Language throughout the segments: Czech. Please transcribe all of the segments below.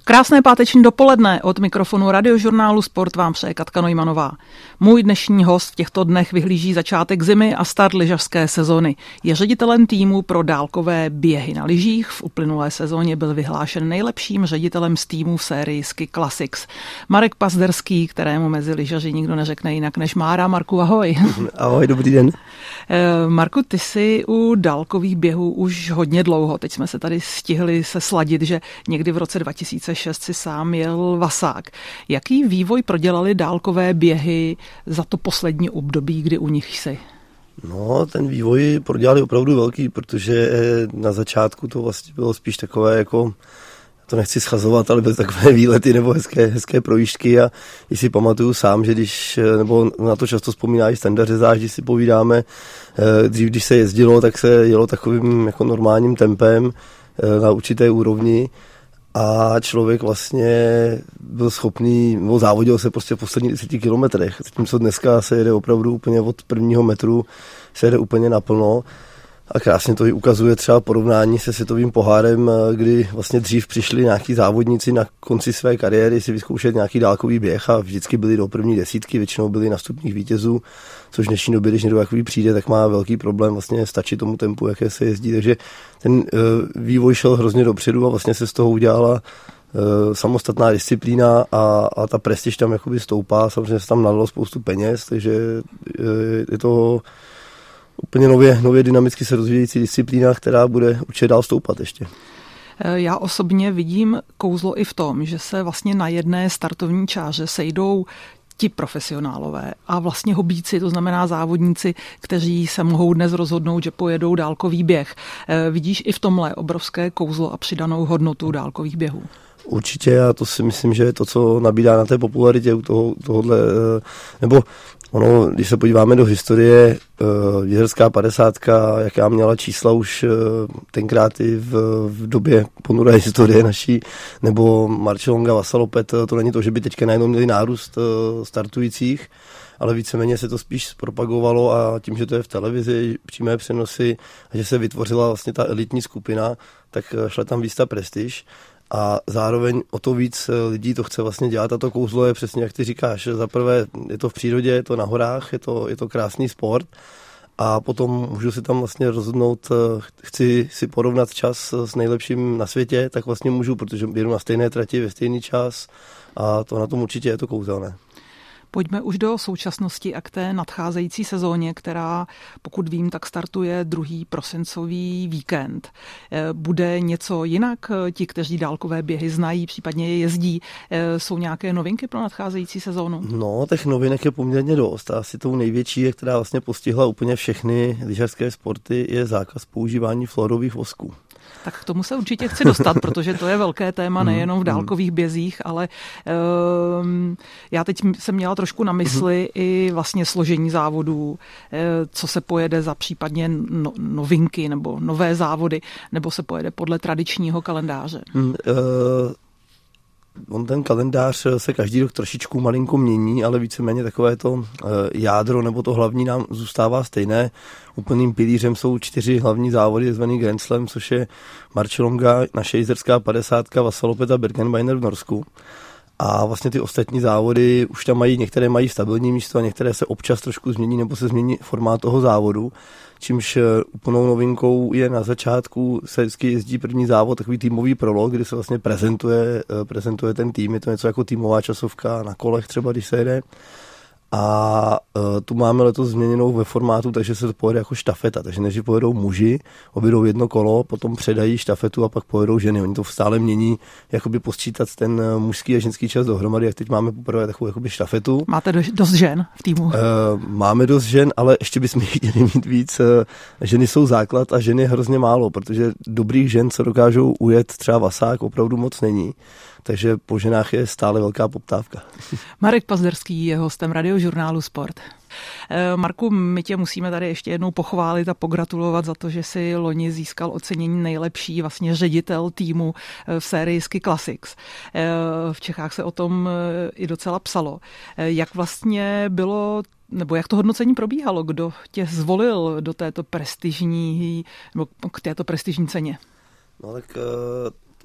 Krásné páteční dopoledne, od mikrofonu Radiožurnálu Sport vám přeje Katka Neumannová. Můj dnešní host v těchto dnech vyhlíží začátek zimy a start lyžařské sezony. Je ředitelem týmu pro dálkové běhy na lyžích. V uplynulé sezóně byl vyhlášen nejlepším ředitelem z týmu v sérii Ski Classics. Marek Pazderský, kterému mezi lyžaři nikdo neřekne jinak než Mára. Marku, ahoj. Ahoj, dobrý den. Marku, ty jsi u dálkových běhů už hodně dlouho. Teď jsme se tady stihli se sladit, že někdy v roce 2006 si sám jel Vasák. Jaký vývoj prodělali dálkové běhy za to poslední období, kdy u nich jsi? No, ten vývoj prodělali opravdu velký, protože na začátku to vlastně bylo spíš takové jako, to nechci schazovat, ale bez takové výlety nebo hezké projížďky a si pamatuju sám, že nebo na to často vzpomíná i Standa Řezář, když si povídáme, dřív, když se jezdilo, tak se jelo takovým jako normálním tempem na určité úrovni a člověk vlastně byl schopný, nebo závodil se prostě v posledních 10 kilometrech, zatímco dneska se jede opravdu úplně od prvního metru, se jede úplně naplno. A krásně to i ukazuje třeba porovnání se světovým pohárem, kdy vlastně dřív přišli nějaký závodníci na konci své kariéry si vyzkoušet nějaký dálkový běh a vždycky byli do první desítky, většinou byli na stupních vítězů, což v dnešní době, když někdo takový přijde, tak má velký problém vlastně stačit tomu tempu, jaké se jezdí. Takže ten vývoj šel hrozně dopředu a vlastně se z toho udělala samostatná disciplína a ta prestiž tam jakoby stoupá, samozřejmě se tam nalilo spoustu peněz, takže je to úplně nově dynamicky se rozvíjející disciplína, která bude určitě dál stoupat ještě. Já osobně vidím kouzlo i v tom, že se vlastně na jedné startovní čáře sejdou ti profesionálové a vlastně hobíci, to znamená závodníci, kteří se mohou dnes rozhodnout, že pojedou dálkový běh. Vidíš i v tomhle obrovské kouzlo a přidanou hodnotu dálkových běhů? Určitě, a to si myslím, že je to, co nabídá na té popularitě u tohohle, nebo ono, když se podíváme do historie, lyžařská 50, jaká měla čísla už tenkrát i v době ponuré historie naší, nebo Marcialonga, Vassalopet, to není to, že by teďka najednou měli nárůst startujících, ale víceméně se to spíš propagovalo a tím, že to je v televizi, přímé přenosy a že se vytvořila vlastně ta elitní skupina, tak šla tam víc ta prestiž. A zároveň o to víc lidí to chce vlastně dělat a to kouzlo je přesně, jak ty říkáš. Za prvé je to v přírodě, je to na horách, je to krásný sport a potom můžu si tam vlastně rozhodnout, chci si porovnat čas s nejlepším na světě, tak vlastně můžu, protože jedu na stejné trati ve stejný čas a to na tom určitě je to kouzelné. Pojďme už do současnosti a k té nadcházející sezóně, která, pokud vím, tak startuje 2. prosincový víkend. Bude něco jinak? Ti, kteří dálkové běhy znají, případně je jezdí, jsou nějaké novinky pro nadcházející sezónu? No, těch novinek je poměrně dost. Asi tou největší, která vlastně postihla úplně všechny lyžařské sporty, je zákaz používání fluorových vosků. Tak k tomu se určitě chci dostat, protože to je velké téma nejenom v dálkových bězích, ale já teď jsem měla trošku na mysli i vlastně složení závodů, co se pojede za případně novinky nebo nové závody, nebo se pojede podle tradičního kalendáře. On ten kalendář se každý rok trošičku malinko mění, ale víceméně takové to jádro nebo to hlavní nám zůstává stejné. Úplným pilířem jsou 4 hlavní závody, zvaný Grand Slam, což je Marcialonga, naše lyžařská 50, Vassalopet a Birkebeiner v Norsku. A vlastně ty ostatní závody už tam mají, některé mají stabilní místo a některé se občas trošku změní nebo se změní formát toho závodu. Čímž úplnou novinkou je na začátku se vždycky jezdí první závod, takový týmový prolog, kdy se vlastně prezentuje ten tým, je to něco jako týmová časovka na kolech třeba, když se jede. A tu máme letos změněnou ve formátu, takže se to pojede jako štafeta, takže než pojedou muži, objedou jedno kolo, potom předají štafetu a pak pojedou ženy. Oni to stále mění, jakoby posčítat ten mužský a ženský čas dohromady, jak teď máme poprvé takovou jakoby štafetu. Máte dost žen v týmu? Máme dost žen, ale ještě bychom chtěli mít víc. Ženy jsou základ a ženy hrozně málo, protože dobrých žen, co dokážou ujet třeba Vasák, opravdu moc není. Takže po ženách je stále velká poptávka. Marek Pazderský je hostem Radiožurnálu Sport. Marku, my tě musíme tady ještě jednou pochválit a pogratulovat za to, že si loni získal ocenění nejlepší vlastně ředitel týmu v sérii Ski Classics. V Čechách se o tom i docela psalo. Jak vlastně bylo, nebo jak to hodnocení probíhalo? Kdo tě zvolil do této prestižní, nebo k této prestižní ceně? No tak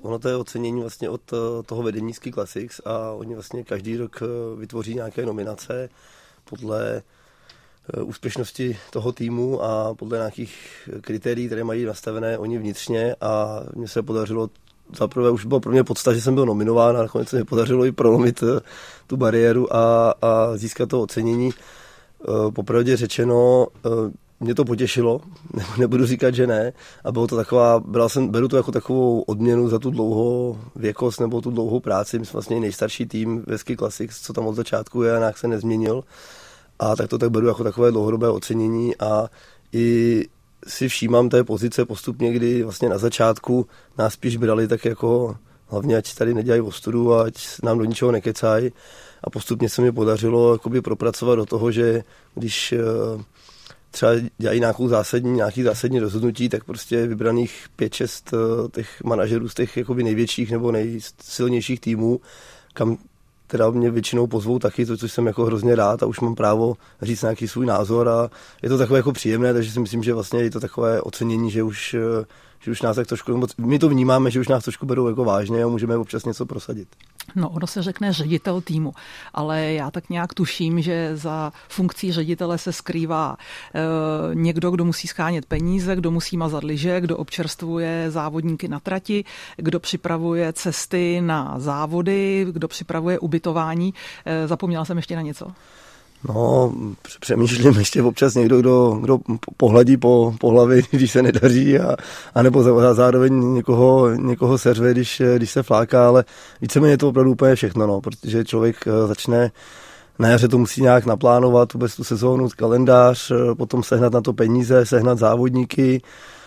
Ono to je ocenění vlastně od toho vedení Ski Classics a oni vlastně každý rok vytvoří nějaké nominace podle úspěšnosti toho týmu a podle nějakých kritérií, které mají nastavené oni vnitřně a mně se podařilo zaprvé už bylo pro mě podsta, že jsem byl nominován a nakonec se mi podařilo i prolomit tu bariéru a získat to ocenění. Popravdě řečeno, mě to potěšilo, nebudu říkat, že ne. A bylo to taková, beru to jako takovou odměnu za tu dlouhověkost nebo tu dlouhou práci. My jsme vlastně nejstarší tým ve Ski Classics, co tam od začátku je a nějak se nezměnil. A tak to tak beru jako takové dlouhodobé ocenění a i si všímám té pozice postupně, kdy vlastně na začátku nás spíš brali tak jako hlavně ať tady nedělají ostudu a ať nám do ničeho nekecají. A postupně se mi podařilo jakoby propracovat do toho, že když třeba dělají nějaký zásadní rozhodnutí, tak prostě vybraných 5-6 těch manažerů z těch jakoby největších nebo nejsilnějších týmů, kam teda mě většinou pozvou taky, což jsem jako hrozně rád a už mám právo říct nějaký svůj názor a je to takové jako příjemné, takže si myslím, že vlastně je to takové ocenění, že už nás tak trošku, my to vnímáme, že už nás trošku berou jako vážně a můžeme občas něco prosadit. No, ono se řekne ředitel týmu, ale já tak nějak tuším, že za funkcí ředitele se skrývá někdo, kdo musí shánět peníze, kdo musí mazat lyže, kdo občerstvuje závodníky na trati, kdo připravuje cesty na závody, kdo připravuje ubytování. Zapomněla jsem ještě na něco? No, přemýšlím ještě občas někdo, kdo pohladí po hlavě, když se nedaří, a nebo zároveň někoho seřve, když se fláká, ale víceméně je to opravdu úplně všechno, no, protože člověk začne na jaře to musí nějak naplánovat, vůbec tu sezónu, kalendář, potom sehnat na to peníze, sehnat závodníky,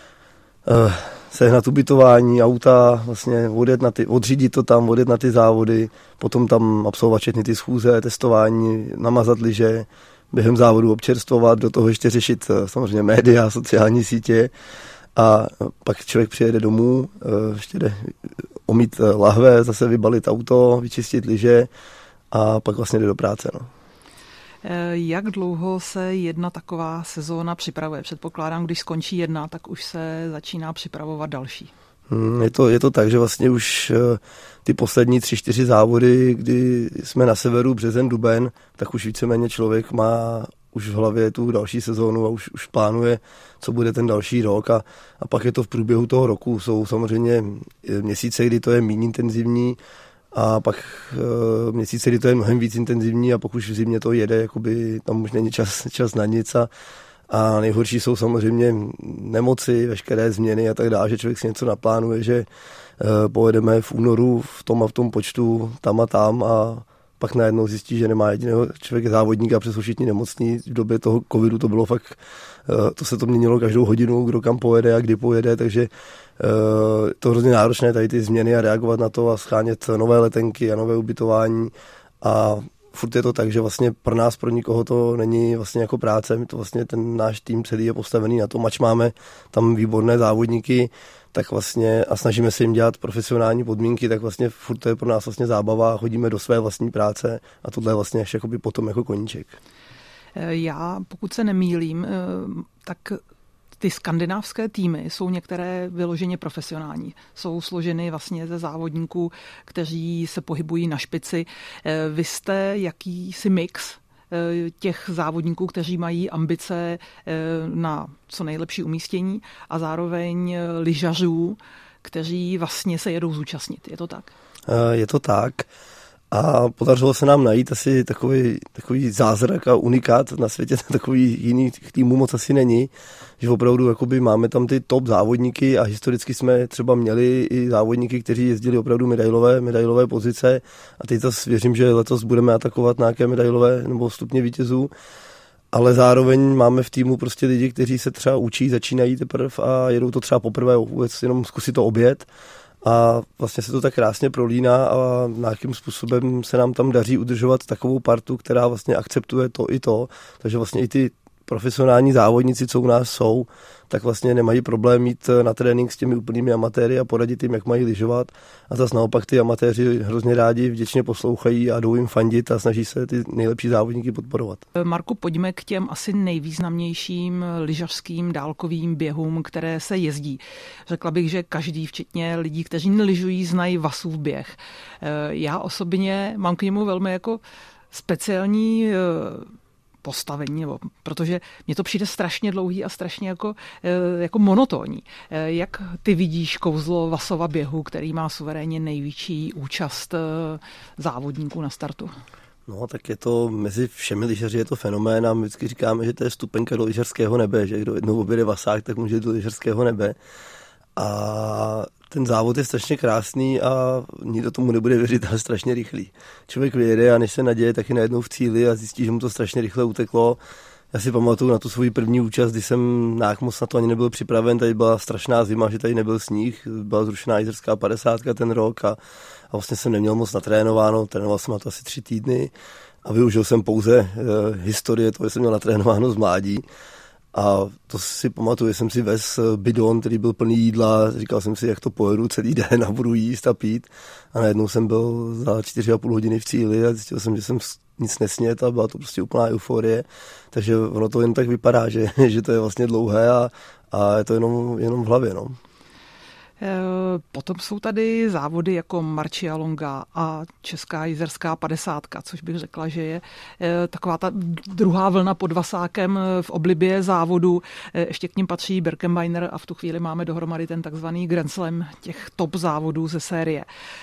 sehnat ubytování, auta, vlastně odřídit to tam, odjet na ty závody, potom tam absolvovat všechny ty schůze, testování, namazat lyže, během závodu občerstvovat, do toho ještě řešit samozřejmě média, sociální sítě a pak člověk přijede domů, ještě jde omýt lahve, zase vybalit auto, vyčistit lyže a pak vlastně jde do práce, no. Jak dlouho se jedna taková sezóna připravuje? Předpokládám, když skončí jedna, tak už se začíná připravovat další. Je to tak, že vlastně už ty poslední 3-4 závody, kdy jsme na severu, březen, duben, tak už víceméně člověk má už v hlavě tu další sezónu a už plánuje, co bude ten další rok a pak je to v průběhu toho roku. Jsou samozřejmě měsíce, kdy to je méně intenzivní, a pak měsíce, kdy to je mnohem víc intenzivní a pokud v zimě to jede, jakoby tam už není čas na nic a nejhorší jsou samozřejmě nemoci, veškeré změny a tak dále, že člověk si něco naplánuje, že pojedeme v únoru v tom a v tom počtu tam a tam a pak najednou zjistí, že nemá jediného člověka závodníka, přes všichni nemocní. V době toho covidu to bylo fakt, to se to měnilo každou hodinu, kdo kam pojede a kdy pojede, takže to hrozně náročné tady ty změny a reagovat na to a schánět nové letenky a nové ubytování a furt je to tak, že vlastně pro nikoho to není vlastně jako práce, my to vlastně ten náš tým celý je postavený na tom, ač máme tam výborné závodníky, tak vlastně a snažíme se jim dělat profesionální podmínky, tak vlastně furt to je pro nás vlastně zábava, chodíme do své vlastní práce a tohle je vlastně ještě potom jako koníček. Já, pokud se nemýlím, tak ty skandinávské týmy jsou některé vyloženě profesionální. Jsou složeny vlastně ze závodníků, kteří se pohybují na špici. Vy jste jakýsi mix těch závodníků, kteří mají ambice na co nejlepší umístění a zároveň lyžařů, kteří vlastně se jedou zúčastnit. Je to tak? Je to tak. A podařilo se nám najít asi takový zázrak a unikát na světě, takový jiný týmů moc asi není, že opravdu jakoby máme tam ty top závodníky a historicky jsme třeba měli i závodníky, kteří jezdili opravdu medailové pozice a teď zase věřím, že letos budeme atakovat nějaké medailové nebo stupně vítězů, ale zároveň máme v týmu prostě lidi, kteří se třeba učí, začínají teprve a jedou to třeba poprvé vůbec jenom zkusit to objet. A vlastně se to tak krásně prolíná a nějakým způsobem se nám tam daří udržovat takovou partu, která vlastně akceptuje to i to. Takže vlastně i ty profesionální závodníci, co u nás jsou, tak vlastně nemají problém mít na trénink s těmi úplnými amatéry a poradit jim, jak mají lyžovat. A zase naopak ty amatéři hrozně rádi vděčně poslouchají a jdou jim fandit a snaží se ty nejlepší závodníky podporovat. Marku, pojďme k těm asi nejvýznamnějším lyžařským dálkovým běhům, které se jezdí. Řekla bych, že každý, včetně lidí, kteří nelyžují, znají Vasův běh. Já osobně mám k němu velmi jako speciální postavení, protože mně to přijde strašně dlouhý a strašně jako monotónní. Jak ty vidíš kouzlo Vasova běhu, který má suverénně největší účast závodníků na startu? No, tak je to mezi všemi lyžaři je to fenomén a my vždycky říkáme, že to je stupenka do lyžařského nebe, že kdo jednou objede Vasák, tak může do lyžařského nebe. A ten závod je strašně krásný a nikdo tomu nebude věřit, ale strašně rychlý. Člověk vyjede a než se naděje, tak je najednou v cíli a zjistí, že mu to strašně rychle uteklo. Já si pamatuju na tu svoji první účast, kdy jsem nějak moc na to ani nebyl připraven, tady byla strašná zima, že tady nebyl sníh, byla zrušená Jizerská 50 ten rok a vlastně jsem neměl moc natrénováno, trénoval jsem na to asi 3 týdny a využil jsem pouze historie toho, že jsem měl natrénováno z mládí. A to si pamatuju, jsem si vez bidon, který byl plný jídla, říkal jsem si, jak to pojedu celý den a budu jíst a pít. A najednou jsem byl za 4,5 hodiny v cíli a zjistil jsem, že jsem nic nesnět a byla to prostě úplná euforie. Takže ono to jen tak vypadá, že to je vlastně dlouhé a je to jenom v hlavě. No. Potom jsou tady závody jako Marcialonga a Česká jizerská 50, což bych řekla, že je taková ta druhá vlna pod Vasákem v oblibě závodu. Ještě k nim patří Birkenbeiner a v tu chvíli máme dohromady ten takzvaný Grand Slam těch top závodů ze série.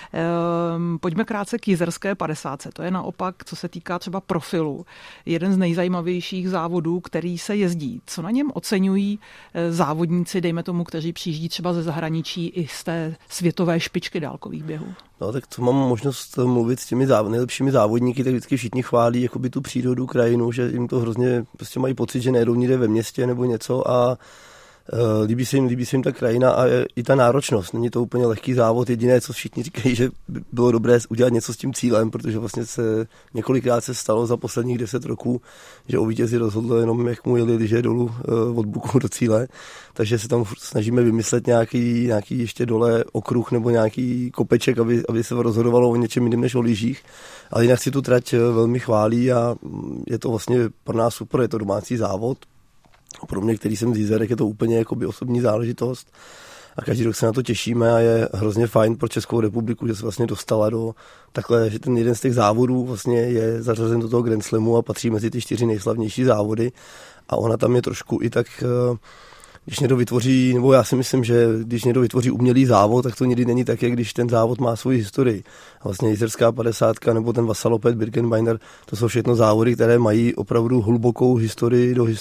Pojďme krátce k jizerské 50. To je naopak, co se týká třeba profilu, jeden z nejzajímavějších závodů, který se jezdí. Co na něm oceňují závodníci, dejme tomu, kteří přijíždí třeba ze zahraničí i z té světové špičky dálkových běhů? No, tak co mám možnost mluvit s těmi nejlepšími závodníky, tak vždycky všichni chválí jakoby tu přírodu, krajinu, že jim to hrozně prostě mají pocit, že nejedou někde ve městě nebo něco a líbí se jim ta krajina a i ta náročnost. Není to úplně lehký závod, jediné, co všichni říkají, že by bylo dobré udělat něco s tím cílem, protože vlastně se několikrát se stalo za posledních 10 roků, že o vítězi rozhodlo jenom, jak mu jeli lyže dolů od buku do cíle, takže se tam snažíme vymyslet nějaký ještě dole okruh nebo nějaký kopeček, aby se rozhodovalo o něčem jiném než o lyžích, ale jinak si tu trať velmi chválí a je to vlastně pro nás super, je to domácí závod. Pro mě, který jsem z Jizerek, je to úplně jakoby osobní záležitost a každý rok se na to těšíme a je hrozně fajn pro Českou republiku, že se vlastně dostala do takhle, že ten jeden z těch závodů vlastně je zařazen do toho Grand Slamu a patří mezi ty 4 nejslavnější závody a ona tam je trošku i tak, když někdo vytvoří, nebo já si myslím, že když někdo vytvoří umělý závod, tak to nikdy není tak, jak když ten závod má svoji historii. A vlastně Jizerská 50 nebo ten Vassalopet, Birkenbeiner, to jsou všechno závody, které mají opravdu hlubokou historii do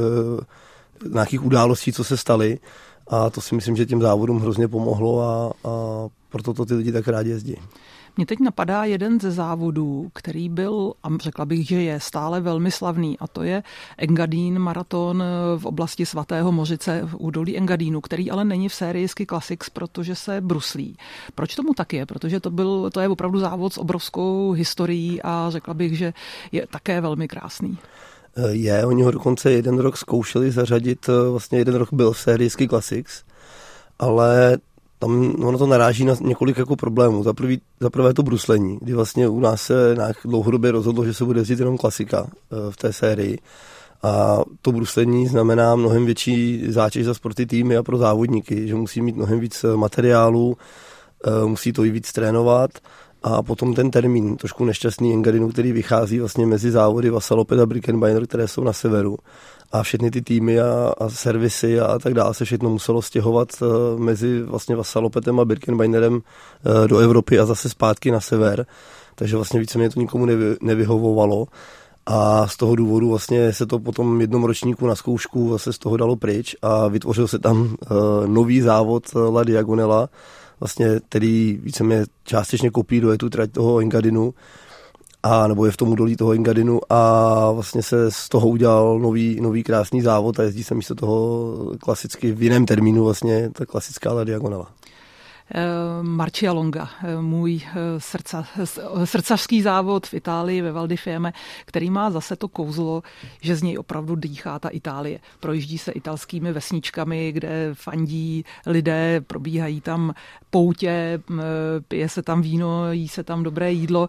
nějakých událostí, co se staly. A to si myslím, že těm závodům hrozně pomohlo a proto to ty lidi tak rádi jezdí. Mně teď napadá jeden ze závodů, který byl, a řekla bych, že je stále velmi slavný, a to je Engadin maraton v oblasti Svatého Mořice v údolí Engadinu, který ale není v sérii Ski Classics, protože se bruslí. Proč tomu tak je? Protože to je opravdu závod s obrovskou historií a řekla bych, že je také velmi krásný. Oni ho dokonce jeden rok zkoušeli zařadit, vlastně jeden rok byl v sérii Ski Classics, ale tam ono to naráží na několik jako problémů. Za prvé to bruslení, kdy vlastně u nás se nějak dlouhodobě rozhodlo, že se bude jezdit jenom klasika v té sérii. A to bruslení znamená mnohem větší zátěž za sporty týmy a pro závodníky, že musí mít mnohem víc materiálu, musí to i víc trénovat. A potom ten termín, trošku nešťastný Engadinu, který vychází vlastně mezi závody Vassalopet a Birkenbeiner, které jsou na severu. A všechny ty týmy a servisy a tak dále se všechno muselo stěhovat mezi vlastně Vassalopetem a Birkenbeinerem do Evropy a zase zpátky na sever. Takže vlastně víceméně to nikomu nevyhovovalo. A z toho důvodu vlastně se to potom jednom ročníku na zkoušku zase z toho dalo pryč a vytvořil se tam nový závod La Diagonela, vlastně, který víceméně částečně kopíruje tu trať toho Engadinu, nebo je v tom údolí toho Engadinu a vlastně se z toho udělal nový krásný závod a jezdí se místo toho klasicky v jiném termínu vlastně ta klasická La Diagonela. Marcialonga, můj srdcařský závod v Itálii ve Val di Fiemme, který má zase to kouzlo, že z něj opravdu dýchá ta Itálie. Projíždí se italskými vesničkami, kde fandí lidé, probíhají tam poutě, pije se tam víno, jí se tam dobré jídlo.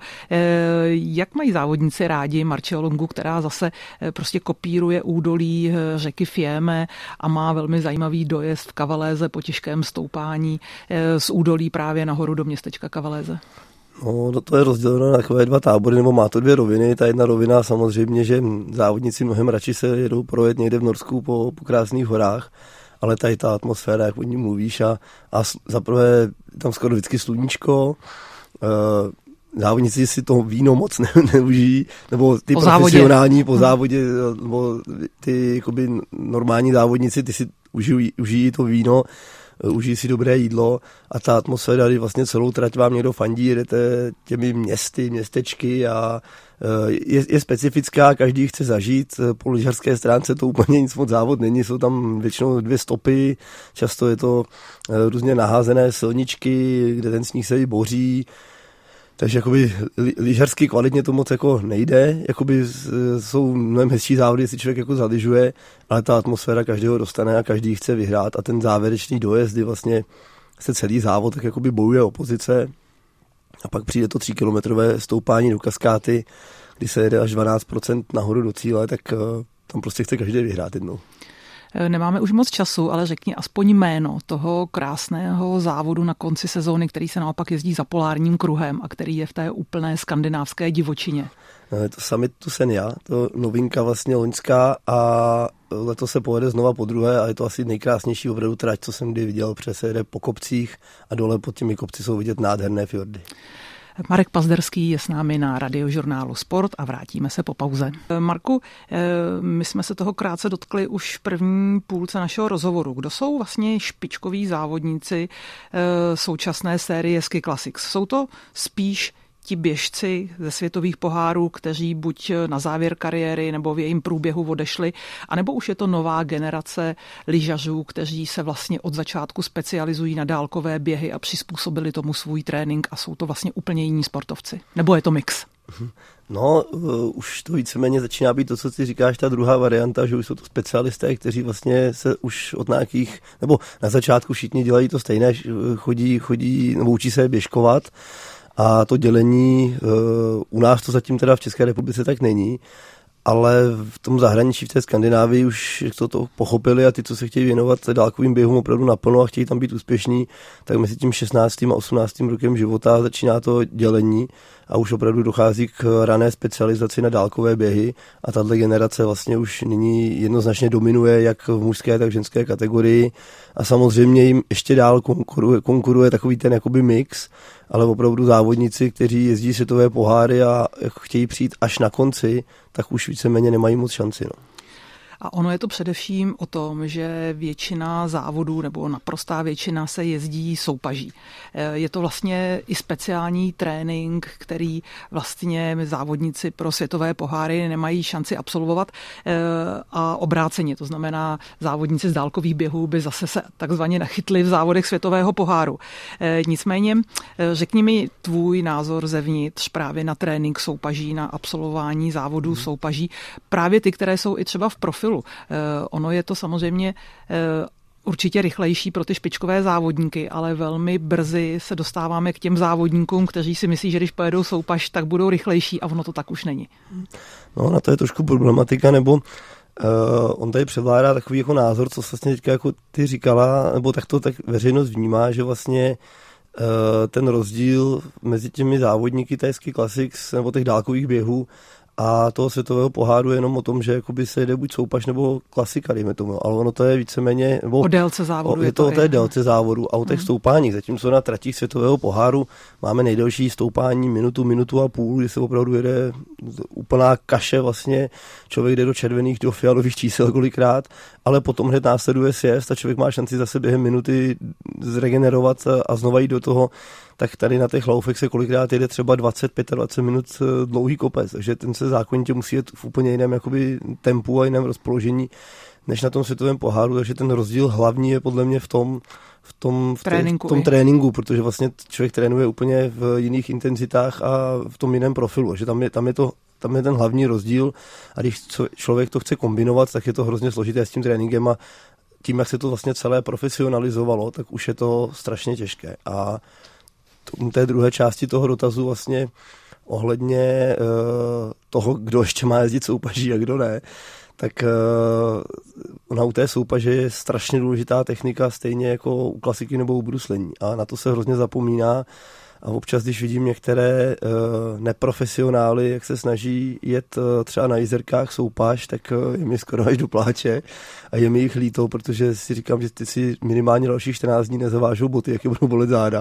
Jak mají závodníci rádi Marcialongu, která zase prostě kopíruje údolí řeky Fiemme a má velmi zajímavý dojezd v Cavaléze po těžkém stoupání z údolí právě nahoru do městečka Cavaléze? No, to je rozděleno na takové dva tábory, nebo má to dvě roviny. Ta jedna rovina samozřejmě, že závodníci mnohem radši se jedou projet někde v Norsku po krásných horách, ale tady ta atmosféra, jak o ní mluvíš, a zaprvé tam skoro vždycky sluníčko, závodníci si to víno moc neužijí, nebo ty profesionální po závodě, nebo ty jakoby normální závodníci, ty si užijí to víno, užijí si dobré jídlo a ta atmosféra, kdy vlastně celou trať vám někdo fandí, jedete těmi městečky a je specifická, každý chce zažít. Po lyžařské stránce to úplně nic moc závod není, jsou tam většinou 2 stopy, často je to různě naházené silničky, kde ten sníh se i boří. Takže jakoby lyžařsky kvalitně to moc jako nejde, jakoby jsou mnohem hezčí závody, jestli člověk jako zalyžuje, ale ta atmosféra každého dostane a každý chce vyhrát a ten závěrečný dojezd, kdy vlastně se celý závod tak jakoby bojuje o pozice a pak přijde to 3kilometrové stoupání do Kaskáty, kdy se jede až 12% nahoru do cíle, tak tam prostě chce každý vyhrát jednou. Nemáme už moc času, ale řekni aspoň jméno toho krásného závodu na konci sezóny, který se naopak jezdí za polárním kruhem a který je v té úplné skandinávské divočině. Je to Summit to Senja, to novinka vlastně loňská a letos se povede znova podruhé a je to asi nejkrásnější opravdu trať, co jsem kdy viděl, protože se jede po kopcích a dole pod těmi kopci jsou vidět nádherné fjordy. Marek Pazderský je s námi na Radiožurnálu Sport a vrátíme se po pauze. Marku, my jsme se toho krátce dotkli už v první půlce našeho rozhovoru. Kdo jsou vlastně špičkoví závodníci současné série Ski Classics? Jsou to spíš ti běžci ze světových pohárů, kteří buď na závěr kariéry nebo v jejím průběhu odešli, anebo už je to nová generace lyžařů, kteří se vlastně od začátku specializují na dálkové běhy a přizpůsobili tomu svůj trénink a jsou to vlastně úplně jiní sportovci? Nebo je to mix? No, už to víceméně začíná být to, co ty říkáš, ta druhá varianta, že už jsou to specialisté, kteří vlastně se už od nějakých, nebo na začátku všichni dělají to stejné, chodí nebo učí se běžkovat. A to dělení, u nás to zatím teda v České republice tak není, ale v tom zahraničí, v té Skandinávii už to pochopili a ty, co se chtějí věnovat dálkovým běhům opravdu naplno a chtějí tam být úspěšní, tak mezi tím 16. a 18. rokem života začíná to dělení a už opravdu dochází k rané specializaci na dálkové běhy a tato generace vlastně už nyní jednoznačně dominuje jak v mužské, tak v ženské kategorii a samozřejmě jim ještě dál konkuruje takový ten jakoby mix, ale opravdu závodníci, kteří jezdí světové poháry a chtějí přijít až na konci, tak už víceméně nemají moc šanci. No. A ono je to především o tom, že většina závodů nebo naprostá většina se jezdí soupaží. Je to vlastně i speciální trénink, který vlastně závodníci pro světové poháry nemají šanci absolvovat a obráceně. To znamená, závodníci z dálkových běhů by zase se takzvaně nachytli v závodech světového poháru. Nicméně řekni mi tvůj názor zevnitř právě na trénink soupaží, na absolvování závodů soupaží, právě ty, které jsou i třeba v profilu. Ono je to samozřejmě určitě rychlejší pro ty špičkové závodníky, ale velmi brzy se dostáváme k těm závodníkům, kteří si myslí, že když pojedou soupaž, tak budou rychlejší a ono to tak už není. No, na to je trošku problematika, nebo on tady převládá takový jako názor, co vlastně teďka jako ty říkala, nebo tak to tak veřejnost vnímá, že vlastně ten rozdíl mezi těmi závodníky té Ski Classics nebo těch dálkových běhů a toho světového poháru je jenom o tom, že jakoby se jede buď soupaž nebo klasika, dejme tomu, ale ono to je víceméně o délce závodu. Je to o té délce závodu a o těch stoupáních. Zatímco na tratích světového poháru máme nejdelší stoupání minutu a půl, kdy se opravdu jede úplná kaše vlastně. Člověk jde do červených, do fialových čísel kolikrát, ale potom hned následuje sjezd a člověk má šanci zase během minuty zregenerovat a znova jít do toho. Tak tady na těch laufech se kolikrát jede třeba 20-25 minut dlouhý kopec, takže ten se zákonitě musí jet v úplně jiném jakoby tempu a jiném rozpoložení, než na tom světovém poháru, takže ten rozdíl hlavní je podle mě v tom tréninku, protože vlastně člověk trénuje úplně v jiných intenzitách a v tom jiném profilu, že tam je ten hlavní rozdíl a když člověk to chce kombinovat, tak je to hrozně složité s tím tréninkem a tím, jak se to vlastně celé profesionalizovalo, tak už je to strašně těžké. A té druhé části toho dotazu vlastně ohledně toho, kdo ještě má jezdit soupaží a kdo ne, tak ona u té soupaže je strašně důležitá technika, stejně jako u klasiky nebo u bruslení. A na to se hrozně zapomíná. A občas, když vidím některé neprofesionály, jak se snaží jet třeba na jízerkách soupaž, tak je mi skoro až do pláče a je mi jich líto, protože si říkám, že ty si minimálně dalších 14 dní nezavážou boty, jak je budou bolet záda.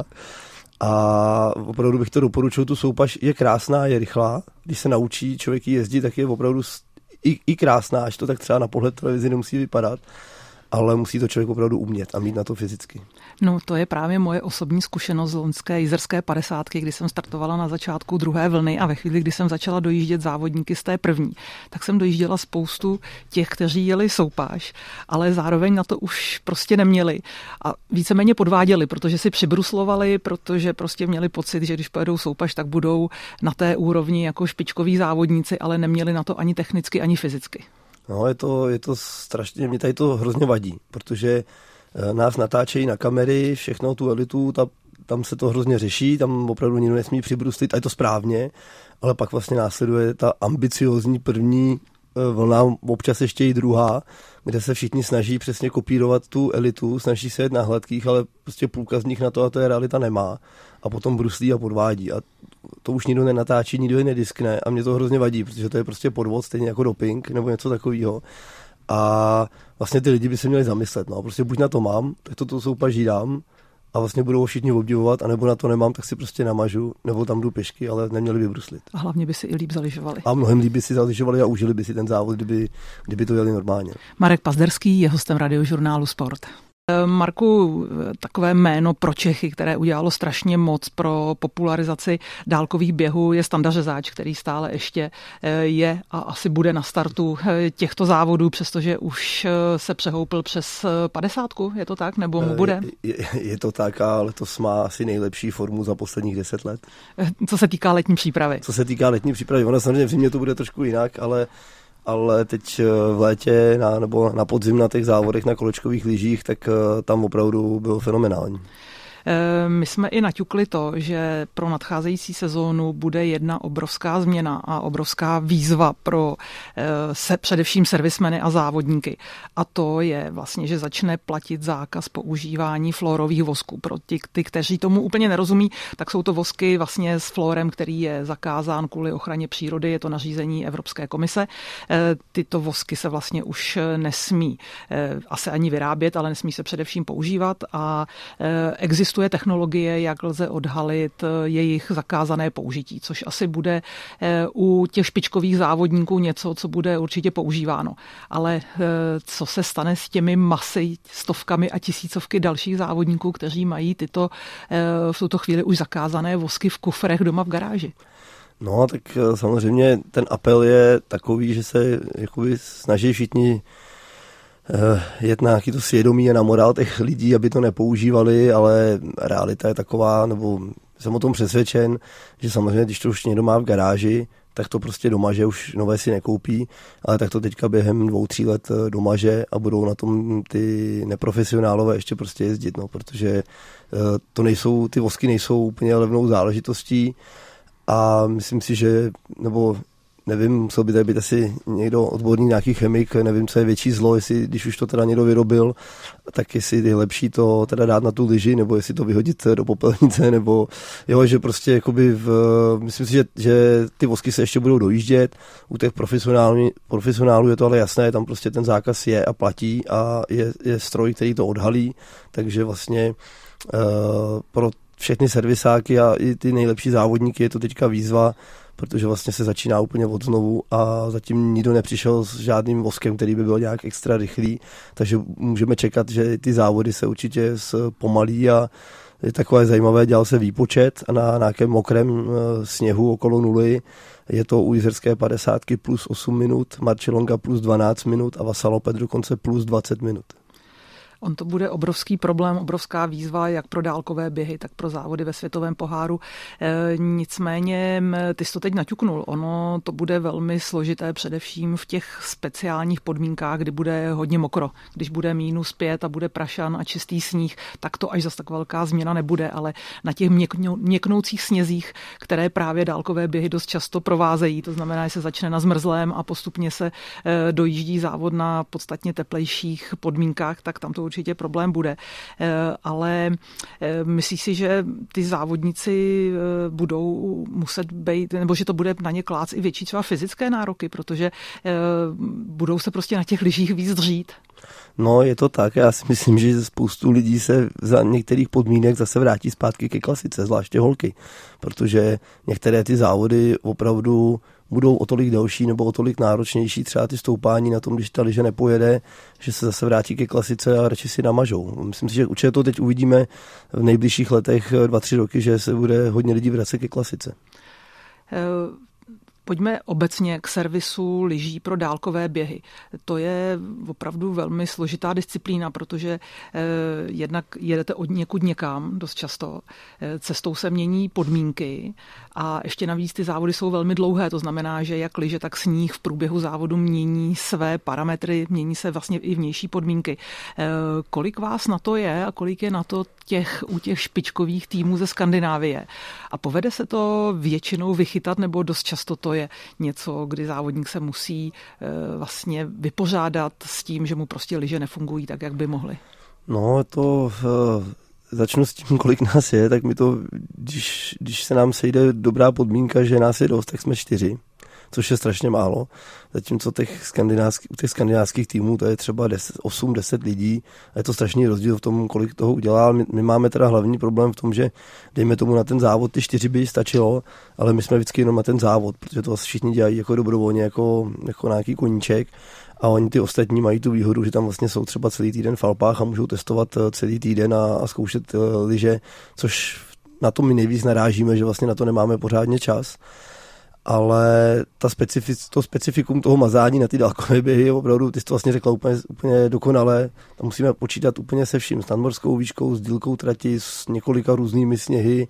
A opravdu bych to doporučil, tu soupaž je krásná, je rychlá. Když se naučí člověk jezdit, tak je opravdu i krásná, až to tak třeba na pohled televizi nemusí vypadat, ale musí to člověk opravdu umět a mít na to fyzicky. No, to je právě moje osobní zkušenost z loňské jizerské 50, kdy jsem startovala na začátku druhé vlny a ve chvíli, kdy jsem začala dojíždět závodníky z té první, tak jsem dojížděla spoustu těch, kteří jeli soupáž, ale zároveň na to už prostě neměli a víceméně podváděli, protože si přibruslovali, protože prostě měli pocit, že když pojedou soupaž, tak budou na té úrovni jako špičkoví závodníci, ale neměli na to ani technicky, ani fyzicky. No, je to strašně, mě tady to hrozně vadí, protože nás natáčejí na kamery, všechno tu elitu, tam se to hrozně řeší, tam opravdu nikdo nesmí přibruslit a je to správně, ale pak vlastně následuje ta ambiciozní první vlna, občas ještě i druhá, kde se všichni snaží přesně kopírovat tu elitu, snaží se jet na hladkých, ale prostě půlka z nich na to a to je realita nemá. A potom bruslí a podvádí. A to už nikdo nenatáčí, nikdo je nediskne a mě to hrozně vadí, protože to je prostě podvod, stejně jako doping nebo něco takového. A vlastně ty lidi by se měli zamyslet. No. Prostě buď na to mám, tak to soupaží dám a vlastně budou všichni obdivovat, anebo na to nemám, tak si prostě namažu, nebo tam jdu pěšky, ale neměli by bruslit. A hlavně by si i líp zaližovali. A mnohem líp by si zaližovali a užili by si ten závod, kdyby to jeli normálně. Marek Pazderský je hostem Radiožurnálu Sport. Marku, takové jméno pro Čechy, které udělalo strašně moc pro popularizaci dálkových běhů, je Standa Řezáč, který stále ještě je a asi bude na startu těchto závodů, přestože už se přehoupil přes 50, je to tak, nebo mu bude? Je to tak a letos má asi nejlepší formu za posledních 10 let. Co se týká letní přípravy? Ona samozřejmě v zimě to bude trošku jinak, ale teď v létě nebo na podzim na těch závodech na kolečkových lyžích, tak tam opravdu bylo fenomenální. My jsme i naťukli to, že pro nadcházející sezónu bude jedna obrovská změna a obrovská výzva pro především servismeny a závodníky. A to je vlastně, že začne platit zákaz používání fluorových vosků. Pro ty, kteří tomu úplně nerozumí, tak jsou to vosky vlastně s fluorem, který je zakázán kvůli ochraně přírody, je to nařízení Evropské komise. Tyto vosky se vlastně už nesmí asi ani vyrábět, ale nesmí se především používat a existuje technologie, jak lze odhalit jejich zakázané použití, což asi bude u těch špičkových závodníků něco, co bude určitě používáno. Ale co se stane s těmi masy, stovkami a tisícovky dalších závodníků, kteří mají tyto v tuto chvíli už zakázané vosky v kufrech doma v garáži? No, tak samozřejmě ten apel je takový, že se jakoby snaží všichni jet na nějaký to svědomí a na morál těch lidí, aby to nepoužívali, ale realita je taková, nebo jsem o tom přesvědčen, že samozřejmě, když to už někdo má v garáži, tak to prostě domaže, už nové si nekoupí, ale tak to teďka během 2-3 let domaže a budou na tom ty neprofesionálové ještě prostě jezdit, no, protože ty vosky nejsou úplně levnou záležitostí a myslím si, že, nebo nevím, musel by tady být asi někdo odborný, nějaký chemik, nevím, co je větší zlo, jestli, když už to teda někdo vyrobil, tak jestli je lepší to teda dát na tu lyži, nebo jestli to vyhodit do popelnice, nebo jo, že prostě jakoby myslím si, že ty vosky se ještě budou dojíždět, u těch profesionálů je to ale jasné, tam prostě ten zákaz je a platí a je stroj, který to odhalí, takže vlastně pro všechny servisáky a i ty nejlepší závodníky je to teďka výzva, protože vlastně se začíná úplně od znovu a zatím nikdo nepřišel s žádným voskem, který by byl nějak extra rychlý, takže můžeme čekat, že ty závody se určitě zpomalí a je takové zajímavé, dělal se výpočet a na nějakém mokrém sněhu okolo nuly je to u Jizerské 50 plus 8 minut, Marcialonga plus 12 minut a Vasaloppet dokonce plus 20 minut. On to bude obrovský problém, obrovská výzva jak pro dálkové běhy, tak pro závody ve světovém poháru. Nicméně ty jsi to teď naťuknul. Ono to bude velmi složité především v těch speciálních podmínkách, kdy bude hodně mokro. Když bude -5 a bude prašan a čistý sníh, tak to až zas tak velká změna nebude, ale na těch měknoucích snězích, které právě dálkové běhy dost často provázejí, to znamená, že se začne na zmrzlém a postupně se dojíždí závod na podstatně teplejších podmínkách, tak tam to určitě problém bude. Ale myslíš si, že ty závodníci budou muset být, nebo že to bude na ně klást i větší třeba fyzické nároky, protože budou se prostě na těch lyžích víc dřít? No, je to tak. Já si myslím, že spoustu lidí se za některých podmínek zase vrátí zpátky ke klasice, zvláště holky, protože některé ty závody opravdu budou o tolik delší nebo o tolik náročnější, třeba ty stoupání na tom, když ta lyže nepojede, že se zase vrátí ke klasice a radši si namažou. Myslím si, že určitě to teď uvidíme v nejbližších letech 2-3 roky, že se bude hodně lidí vracet ke klasice. Pojďme obecně k servisu lyží pro dálkové běhy. To je opravdu velmi složitá disciplína, protože jednak jedete od někud někam dost často, cestou se mění podmínky a ještě navíc ty závody jsou velmi dlouhé, to znamená, že jak lyže, tak sníh v průběhu závodu mění své parametry, mění se vlastně i vnější podmínky. Kolik vás na to je a kolik je na to u těch špičkových týmů ze Skandinávie? A povede se to většinou vychytat, nebo dost často to je něco, kdy závodník se musí vlastně vypořádat s tím, že mu prostě lyže nefungují tak, jak by mohly? No, to začnu s tím, kolik nás je, tak my to, když se nám sejde dobrá podmínka, že nás je dost, tak jsme 4, což je strašně málo. Zatímco u těch skandinávských týmů to je třeba 8-10 lidí a je to strašný rozdíl v tom, kolik toho udělá. My máme teda hlavní problém v tom, že dejme tomu na ten závod, ty 4 by stačilo, ale my jsme vždycky jenom na ten závod, protože to všichni dělají jako dobrovolně, jako nějaký koníček a oni ty ostatní mají tu výhodu, že tam vlastně jsou třeba celý týden v Alpách a můžou testovat celý týden a zkoušet lyže, což na to my nejvíc narážíme, že vlastně na to nemáme pořádně čas. Ale to specifikum toho mazání na ty dálkové běhy je opravdu, ty jsi to vlastně řekla úplně dokonale, tam musíme počítat úplně se vším, s nadmořskou výškou, s délkou trati, s několika různými sněhy,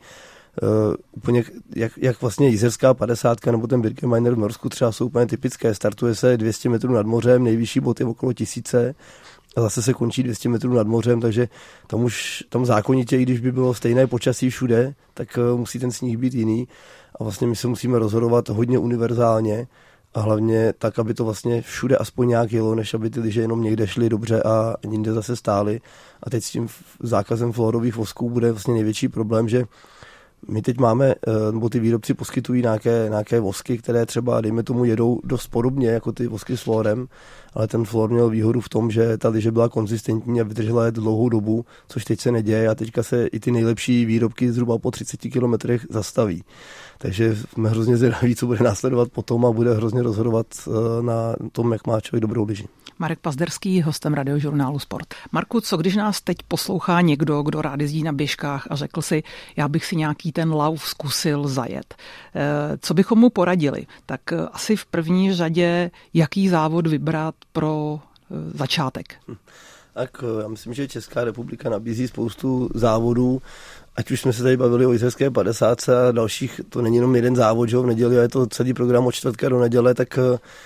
úplně jak vlastně Jizerská 50 nebo ten Birkemeiner v Norsku třeba jsou úplně typické, startuje se 200 metrů nad mořem, nejvyšší bod je okolo 1000 a zase se končí 200 metrů nad mořem, takže tam zákonitě, i když by bylo stejné počasí všude, tak musí ten sníh být jiný. A vlastně my se musíme rozhodovat hodně univerzálně a hlavně tak, aby to vlastně všude aspoň nějak jelo, než aby ty lyže jenom někde šly dobře a jinde zase stály. A teď s tím zákazem fluorových vosků bude vlastně největší problém, že my teď máme, nebo ty výrobci poskytují nějaké vosky, které třeba, dejme tomu, jedou dost podobně jako ty vosky s fluorem, ale ten fluor měl výhodu v tom, že ta lyže byla konzistentní a vydržela jet dlouhou dobu, což teď se neděje a teďka se i ty nejlepší výrobky zhruba po 30 kilometrech zastaví. Takže jsme hrozně zvědaví, co bude následovat potom a bude hrozně rozhodovat na tom, jak má člověk dobrou lyži. Marek Pazderský, hostem Radiožurnálu Sport. Marku, co když nás teď poslouchá někdo, kdo rád jezdí na běžkách a řekl si, já bych si nějaký ten lauf zkusil zajet. Co bychom mu poradili? Tak asi v první řadě, jaký závod vybrat pro začátek? Tak já myslím, že Česká republika nabízí spoustu závodů, ať už jsme se tady bavili o Jizerské 50 a dalších, to není jenom jeden závod, že v neděli, je to celý program od čtvrtka do neděle, tak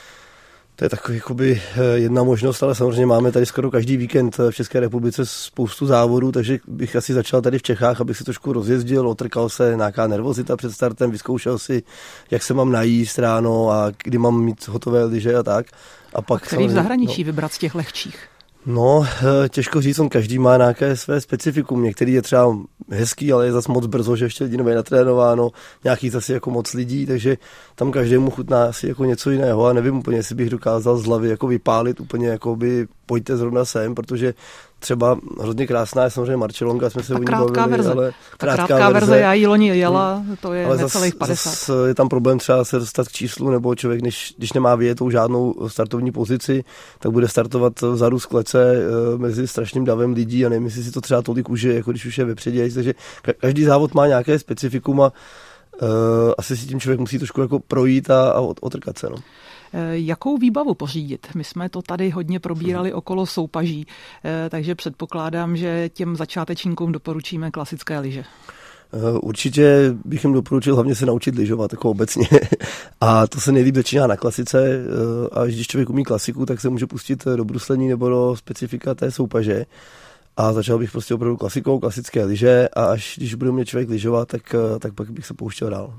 to je takový jakoby jedna možnost, ale samozřejmě máme tady skoro každý víkend v České republice spoustu závodů, takže bych asi začal tady v Čechách, abych si trošku rozjezdil, otrkal se, nějaká nervozita před startem, vyzkoušel si, jak se mám najíst ráno a kdy mám mít hotové lyže a tak. A pak který v zahraničí vybrat z těch lehčích? No, těžko říct, každý má nějaké své specifikum. Některý je třeba hezký, ale je zase moc brzo, že ještě lidi nebude natrénováno, nějaký zase jako moc lidí, takže tam každému chutná asi jako něco jiného a nevím úplně, jestli bych dokázal z hlavy jako vypálit úplně jako by pojďte zrovna sem, protože třeba hrozně krásná je samozřejmě Marcialonga, jsme se o ní bavili, verze. Ale krátká verze, já ji loni jela, to je necelých 50. Zas je tam problém třeba se dostat k číslu, nebo člověk, když nemá vyjetou žádnou startovní pozici, tak bude startovat vzadu z klece mezi strašným davem lidí a nevím, jestli si to třeba tolik užije, jako když už je vepředě. Takže každý závod má nějaké specifikum a asi si tím člověk musí trošku jako projít a otrkat se. No. Jakou výbavu pořídit? My jsme to tady hodně probírali okolo soupaží, takže předpokládám, že těm začátečníkům doporučíme klasické lyže. Určitě bych jim doporučil hlavně se naučit lyžovat jako obecně a to se nejlíp začíná na klasice a když člověk umí klasiku, tak se může pustit do bruslení nebo do specifika té soupaže a začal bych prostě opravdu klasikou, klasické lyže a až když bude umět člověk lyžovat, tak pak bych se pouštěl dál.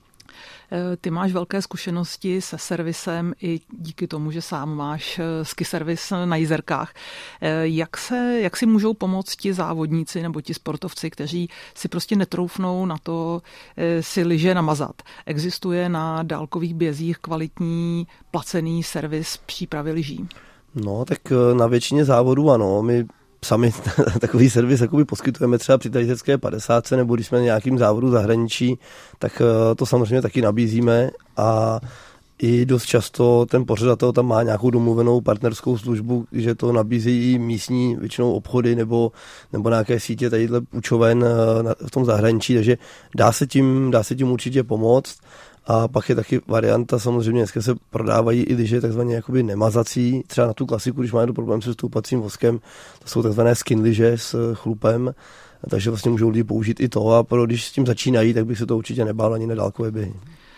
Ty máš velké zkušenosti se servisem i díky tomu, že sám máš ski servis na Jizerkách. Jak si můžou pomoct ti závodníci nebo ti sportovci, kteří si prostě netroufnou na to si lyže namazat? Existuje na dálkových bězích kvalitní placený servis přípravy lyží? No, tak na většině závodů ano. My sami takový servis jakoby poskytujeme třeba při Jizerské 50, nebo když jsme na nějakým závodu zahraničí, tak to samozřejmě taky nabízíme a i dost často ten pořadatel tam má nějakou domluvenou partnerskou službu, že to nabízí místní většinou obchody nebo nějaké sítě tadyhle půjčoven v tom zahraničí, takže dá se tím určitě pomoct. A pak je taky varianta, samozřejmě dneska se prodávají i lyže takzvaně jakoby nemazací, třeba na tu klasiku, když máte problém se stoupacím voskem, to jsou takzvané skin lyže s chlupem, takže vlastně můžou lidi použít i to a když s tím začínají, tak bych se to určitě nebál ani na dálkové běhy.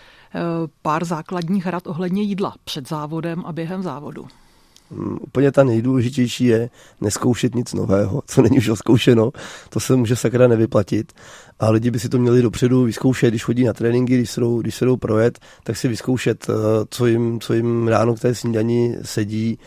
Pár základních rad ohledně jídla před závodem a během závodu. Úplně ta nejdůležitější je neskoušet nic nového, co není už oskoušeno, to se může sakra nevyplatit a lidi by si to měli dopředu vyzkoušet, když chodí na tréninky, když se jdou projet, tak si vyzkoušet, co jim ráno k té snídani sedí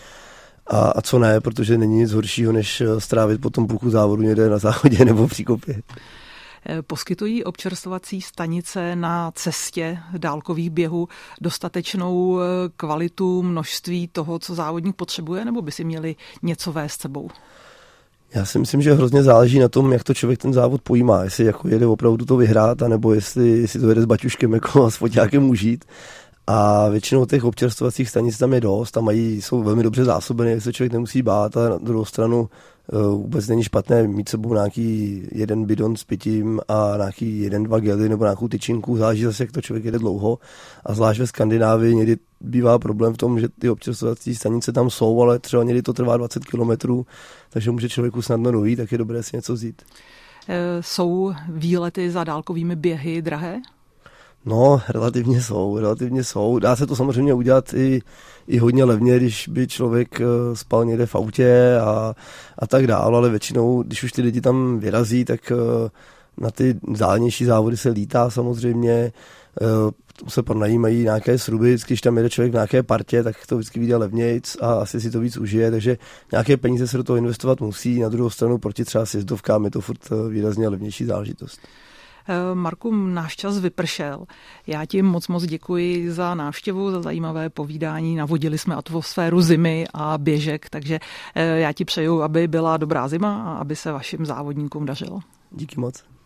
a co ne, protože není nic horšího, než strávit potom půlku závodu někde na závodě nebo v příkopě. Poskytují občerstvovací stanice na cestě dálkových běhů dostatečnou kvalitu, množství toho, co závodník potřebuje, nebo by si měli něco vést sebou? Já si myslím, že hrozně záleží na tom, jak to člověk ten závod pojímá, jestli jako jede opravdu to vyhrát, anebo jestli to jede s baťuškem jako a s foťákem užít. A většinou těch občerstvovacích stanic tam je dost a jsou velmi dobře zásobené, jak se člověk nemusí bát a na druhou stranu vůbec není špatné mít sebou nějaký jeden bidon s pitím a nějaký 1-2 gely nebo nějakou tyčinku, záleží zase, jak to člověk jede dlouho a zvlášť ve Skandinávii někdy bývá problém v tom, že ty občerstvovací stanice tam jsou, ale třeba někdy to trvá 20 kilometrů, takže může člověku snadno dojít, tak je dobré si něco vzít. Jsou výlety za dálkovými běhy drahé? No, relativně jsou. Dá se to samozřejmě udělat i hodně levně, když by člověk spal někde v autě a tak dál, ale většinou, když už ty lidi tam vyrazí, tak na ty vzdálenější závody se lítá samozřejmě, se pronajímají nějaké sruby, když tam jede člověk v nějaké partě, tak to vždycky vyjde levnějc a asi si to víc užije, takže nějaké peníze se do toho investovat musí, na druhou stranu proti třeba sjezdovkám je to furt výrazně levnější záležitost. Marku, náš čas vypršel. Já ti moc děkuji za návštěvu, za zajímavé povídání. Navodili jsme atmosféru zimy a běžek, takže já ti přeju, aby byla dobrá zima a aby se vašim závodníkům dařilo. Díky moc.